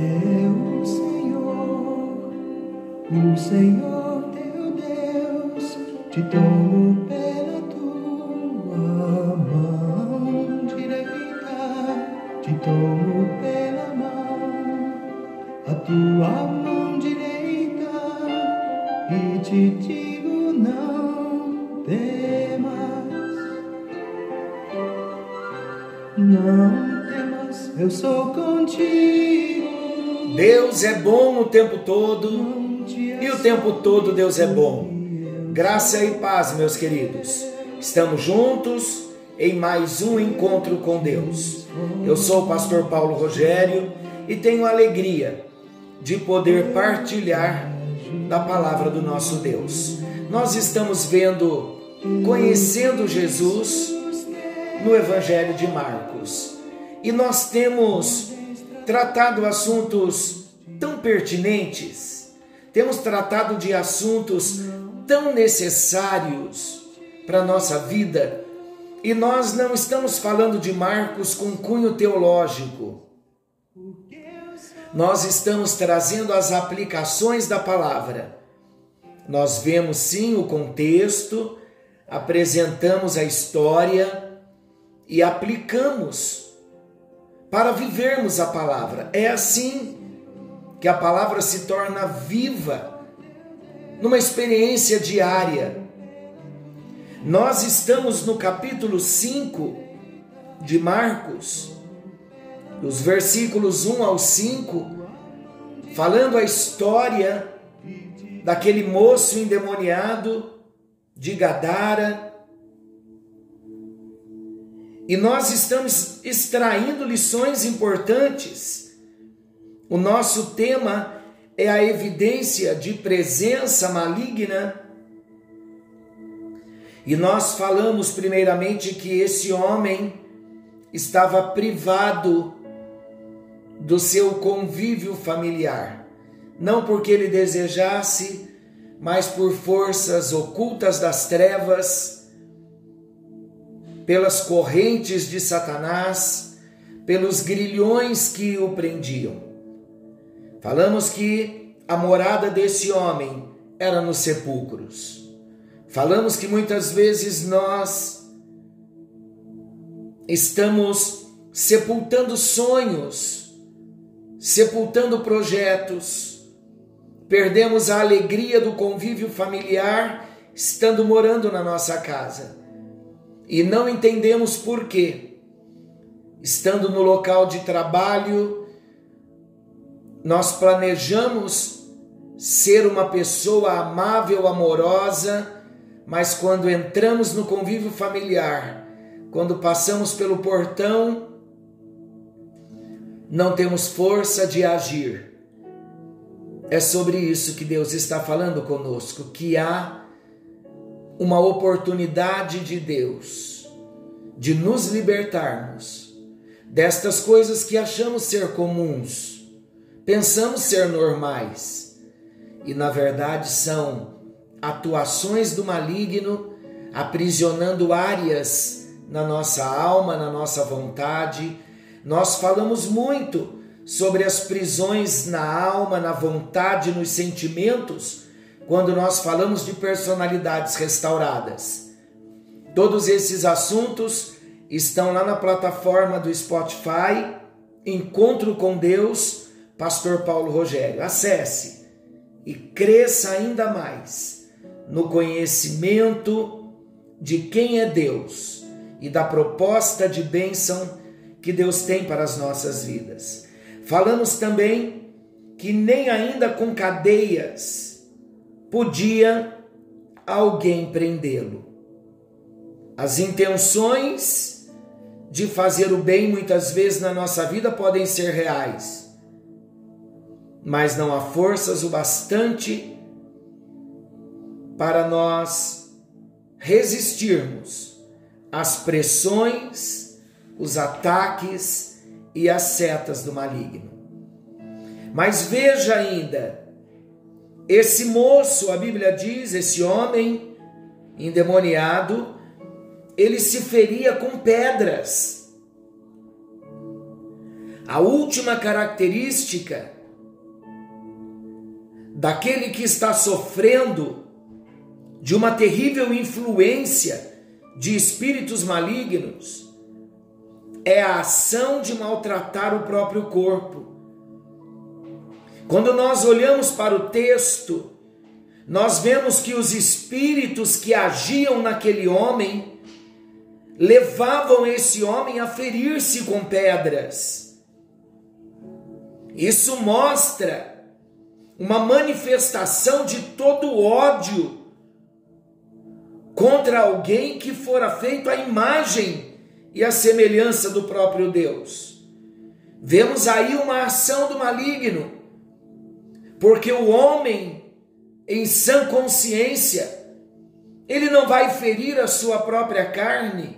o Senhor teu Deus, te tomo pela tua mão direita, te tomo pela mão, a tua mão direita, e te digo não temas, não temas, eu sou contigo. Deus é bom o tempo todo, e o tempo todo Deus é bom. Graça e paz, meus queridos. Estamos juntos em mais um encontro com Deus. Eu sou o pastor Paulo Rogério e tenho a alegria de poder partilhar da palavra do nosso Deus. Nós estamos conhecendo Jesus no Evangelho de Marcos. E nós temos tratado assuntos tão pertinentes, temos tratado de assuntos tão necessários para a nossa vida, e nós não estamos falando de Marcos com cunho teológico. Nós estamos trazendo as aplicações da palavra. Nós vemos sim o contexto, apresentamos a história e aplicamos para vivermos a palavra. É assim que a palavra se torna viva, numa experiência diária. Nós estamos no capítulo 5 de Marcos, dos versículos 1 ao 5, falando a história daquele moço endemoniado de Gadara. E nós estamos extraindo lições importantes. O nosso tema é a evidência de presença maligna. E nós falamos primeiramente que esse homem estava privado do seu convívio familiar. Não porque ele desejasse, mas por forças ocultas das trevas, pelas correntes de Satanás, pelos grilhões que o prendiam. Falamos que a morada desse homem era nos sepulcros. Falamos que muitas vezes nós estamos sepultando sonhos, sepultando projetos, perdemos a alegria do convívio familiar estando morando na nossa casa. E não entendemos por quê. Estando no local de trabalho, nós planejamos ser uma pessoa amável, amorosa, mas quando entramos no convívio familiar, quando passamos pelo portão, não temos força de agir. É sobre isso que Deus está falando conosco, que há uma oportunidade de Deus de nos libertarmos destas coisas que achamos ser comuns, pensamos ser normais, e na verdade são atuações do maligno aprisionando áreas na nossa alma, na nossa vontade. Nós falamos muito sobre as prisões na alma, na vontade, nos sentimentos, quando nós falamos de personalidades restauradas. Todos esses assuntos estão lá na plataforma do Spotify, Encontro com Deus, Pastor Paulo Rogério. Acesse e cresça ainda mais no conhecimento de quem é Deus e da proposta de bênção que Deus tem para as nossas vidas. Falamos também que nem ainda com cadeias podia alguém prendê-lo. As intenções de fazer o bem muitas vezes na nossa vida podem ser reais, mas não há forças o bastante para nós resistirmos às pressões, os ataques e as setas do maligno. Mas veja ainda, esse moço, a Bíblia diz, esse homem endemoniado, ele se feria com pedras. A última característica daquele que está sofrendo de uma terrível influência de espíritos malignos é a ação de maltratar o próprio corpo. Quando nós olhamos para o texto, nós vemos que os espíritos que agiam naquele homem levavam esse homem a ferir-se com pedras. Isso mostra uma manifestação de todo o ódio contra alguém que fora feito à imagem e à semelhança do próprio Deus. Vemos aí uma ação do maligno, porque o homem, em sã consciência, ele não vai ferir a sua própria carne.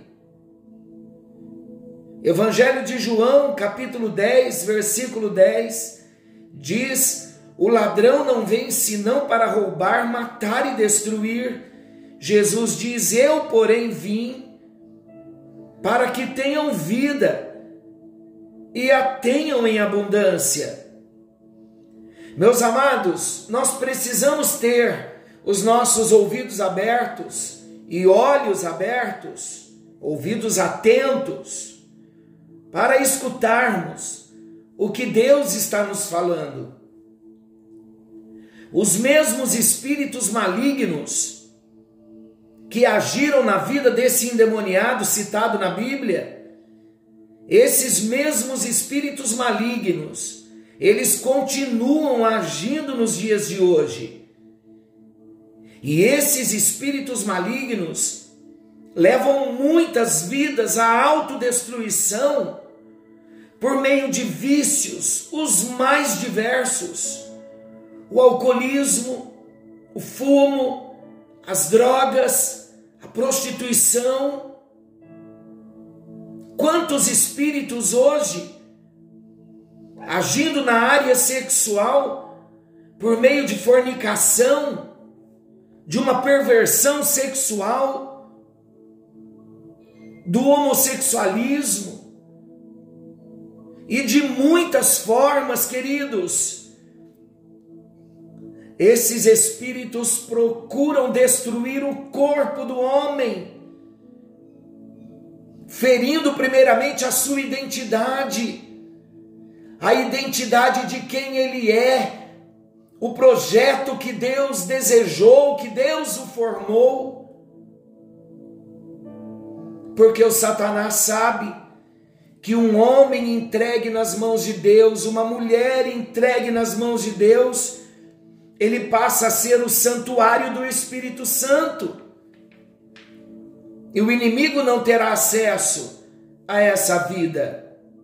Evangelho de João, capítulo 10, versículo 10, diz: o ladrão não vem senão para roubar, matar e destruir. Jesus diz: eu, porém, vim para que tenham vida e a tenham em abundância. Meus amados, nós precisamos ter os nossos ouvidos abertos e olhos abertos, ouvidos atentos, para escutarmos o que Deus está nos falando. Os mesmos espíritos malignos que agiram na vida desse endemoniado citado na Bíblia, esses mesmos espíritos malignos, eles continuam agindo nos dias de hoje. E esses espíritos malignos levam muitas vidas à autodestruição por meio de vícios, os mais diversos: o alcoolismo, o fumo, as drogas, a prostituição. Quantos espíritos hoje agindo na área sexual por meio de fornicação, de uma perversão sexual, do homossexualismo e de muitas formas, queridos. Esses espíritos procuram destruir o corpo do homem, ferindo primeiramente a sua identidade, a identidade de quem ele é, o projeto que Deus desejou, que Deus o formou. Porque o Satanás sabe que um homem entregue nas mãos de Deus, uma mulher entregue nas mãos de Deus, ele passa a ser o santuário do Espírito Santo. E o inimigo não terá acesso a essa vida.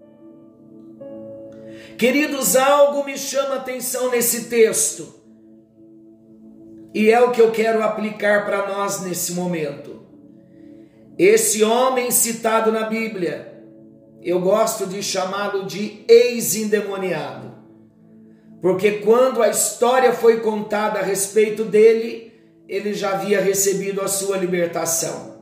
Queridos, algo me chama a atenção nesse texto, e é o que eu quero aplicar para nós nesse momento. Esse homem citado na Bíblia, eu gosto de chamá-lo de ex-endemoniado, porque quando a história foi contada a respeito dele, ele já havia recebido a sua libertação.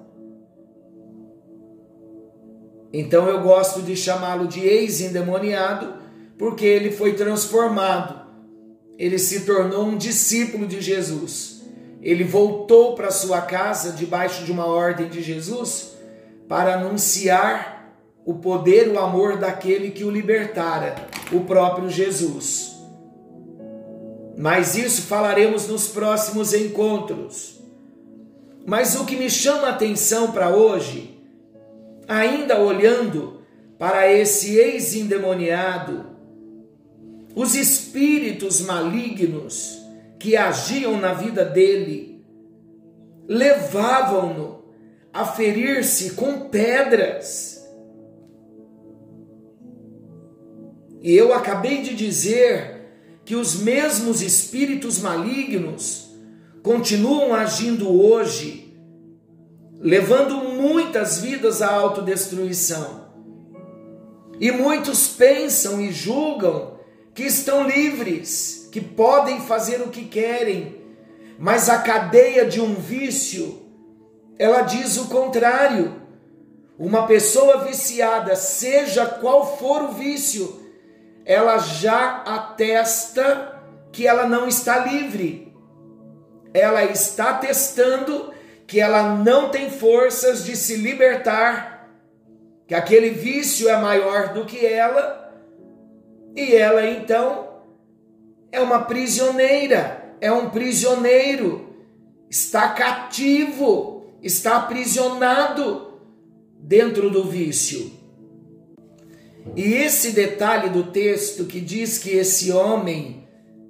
Então eu gosto de chamá-lo de ex-endemoniado, porque ele foi transformado, ele se tornou um discípulo de Jesus, ele voltou para sua casa debaixo de uma ordem de Jesus para anunciar o poder e o amor daquele que o libertara, o próprio Jesus. Mas isso falaremos nos próximos encontros. Mas o que me chama a atenção para hoje, ainda olhando para esse ex-endemoniado, os espíritos malignos que agiam na vida dele levavam-no a ferir-se com pedras. E eu acabei de dizer que os mesmos espíritos malignos continuam agindo hoje, levando muitas vidas à autodestruição. E muitos pensam e julgam que estão livres, que podem fazer o que querem, mas a cadeia de um vício, ela diz o contrário. Uma pessoa viciada, seja qual for o vício, ela já atesta que ela não está livre. Ela está atestando que ela não tem forças de se libertar, que aquele vício é maior do que ela, e ela então é uma prisioneira, é um prisioneiro, está cativo, está aprisionado dentro do vício. E esse detalhe do texto que diz que esse homem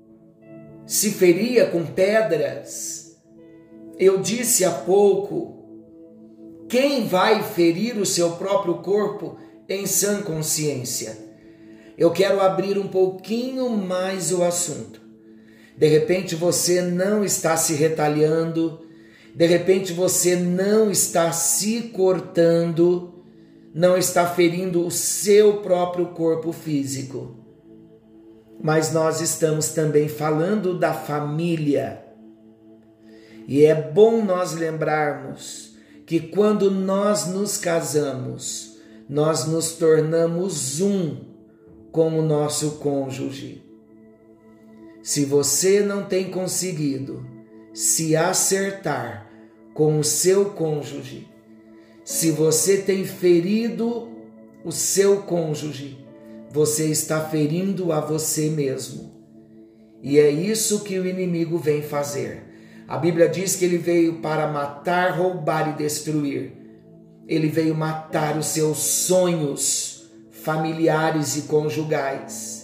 se feria com pedras, eu disse há pouco, quem vai ferir o seu próprio corpo em sã consciência? Eu quero abrir um pouquinho mais o assunto. De repente você não está se retalhando, de repente você não está se cortando, não está ferindo o seu próprio corpo físico. Mas nós estamos também falando da família. E é bom nós lembrarmos que quando nós nos casamos, nós nos tornamos um com o nosso cônjuge. Se você não tem conseguido se acertar com o seu cônjuge, se você tem ferido o seu cônjuge, você está ferindo a você mesmo. E é isso que o inimigo vem fazer. A Bíblia diz que ele veio para matar, roubar e destruir. Ele veio matar os seus sonhos familiares e conjugais.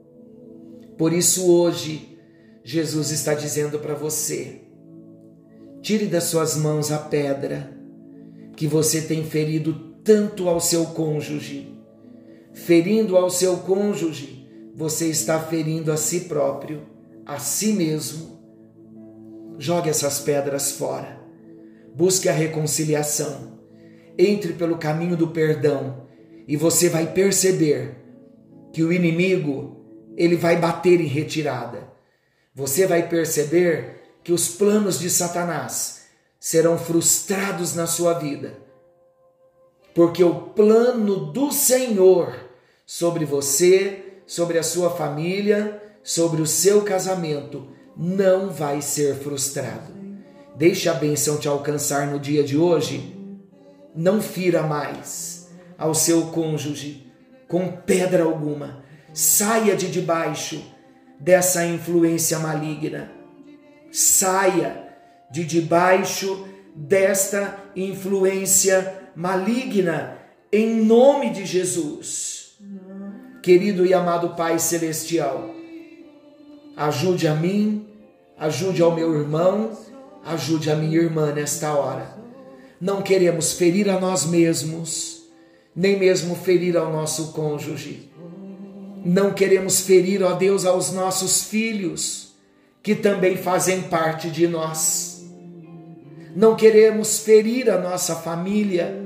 Por isso hoje, Jesus está dizendo para você, tire das suas mãos a pedra que você tem ferido tanto ao seu cônjuge. Ferindo ao seu cônjuge, você está ferindo a si próprio, a si mesmo. Jogue essas pedras fora. Busque a reconciliação. Entre pelo caminho do perdão e você vai perceber que o inimigo, ele vai bater em retirada. Você vai perceber que os planos de Satanás serão frustrados na sua vida. Porque o plano do Senhor sobre você, sobre a sua família, sobre o seu casamento, não vai ser frustrado. Deixe a bênção te alcançar no dia de hoje. Não fira mais ao seu cônjuge com pedra alguma. Saia de debaixo dessa influência maligna. Saia de debaixo desta influência maligna, em nome de Jesus. Querido e amado Pai Celestial, ajude a mim, ajude ao meu irmão, ajude a minha irmã nesta hora. Não queremos ferir a nós mesmos, nem mesmo ferir ao nosso cônjuge. Não queremos ferir, ó Deus, aos nossos filhos, que também fazem parte de nós. Não queremos ferir a nossa família.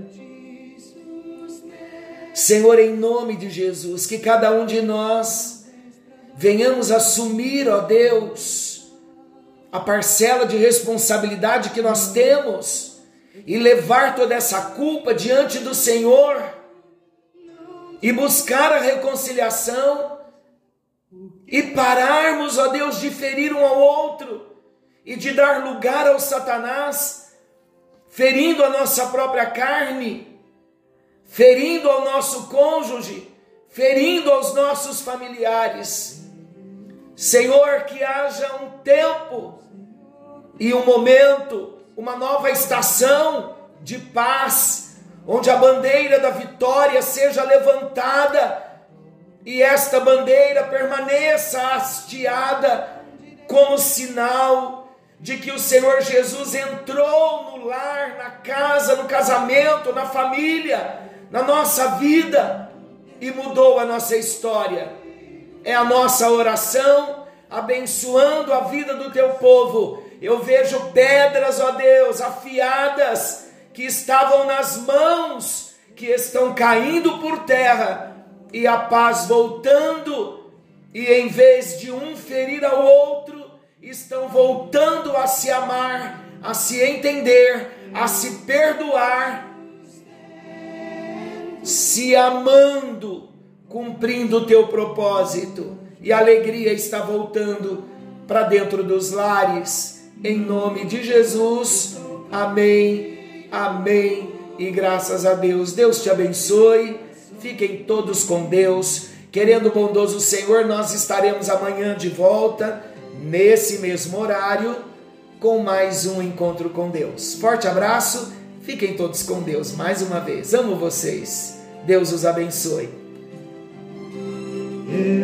Senhor, em nome de Jesus, que cada um de nós venhamos assumir, ó Deus, a parcela de responsabilidade que nós temos e levar toda essa culpa diante do Senhor e buscar a reconciliação e pararmos, ó Deus, de ferir um ao outro e de dar lugar ao Satanás, ferindo a nossa própria carne, ferindo ao nosso cônjuge, ferindo aos nossos familiares. Senhor, que haja um tempo e um momento, uma nova estação de paz, onde a bandeira da vitória seja levantada e esta bandeira permaneça hasteada como sinal de que o Senhor Jesus entrou no lar, na casa, no casamento, na família, na nossa vida e mudou a nossa história. É a nossa oração, abençoando a vida do teu povo. Eu vejo pedras, ó Deus, afiadas, que estavam nas mãos, que estão caindo por terra, e a paz voltando, e em vez de um ferir ao outro, estão voltando a se amar, a se entender, a se perdoar, se amando cumprindo o teu propósito, e a alegria está voltando para dentro dos lares, em nome de Jesus, amém, amém, e graças a Deus. Deus te abençoe, fiquem todos com Deus, querendo o bondoso Senhor, nós estaremos amanhã de volta, nesse mesmo horário, com mais um encontro com Deus. Forte abraço, fiquem todos com Deus mais uma vez, amo vocês, Deus os abençoe.